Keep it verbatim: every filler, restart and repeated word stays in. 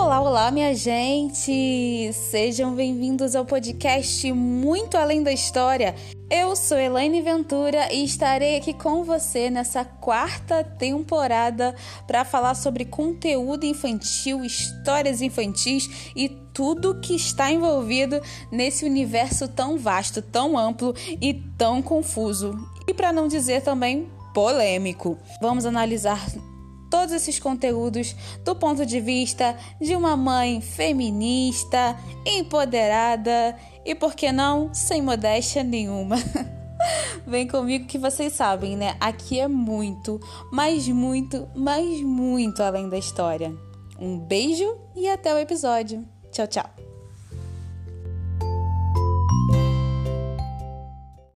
Olá, olá, minha gente! Sejam bem-vindos ao podcast Muito Além da História. Eu sou Elaine Ventura e estarei aqui com você nessa quarta temporada para falar sobre conteúdo infantil, histórias infantis e tudo que está envolvido nesse universo tão vasto, tão amplo e tão confuso. E para não dizer também polêmico. Vamos analisar todos esses conteúdos do ponto de vista de uma mãe feminista, empoderada e, por que não, sem modéstia nenhuma. Vem comigo que vocês sabem, né? Aqui é muito, mas muito, mas muito além da história. Um beijo e até o episódio. Tchau, tchau.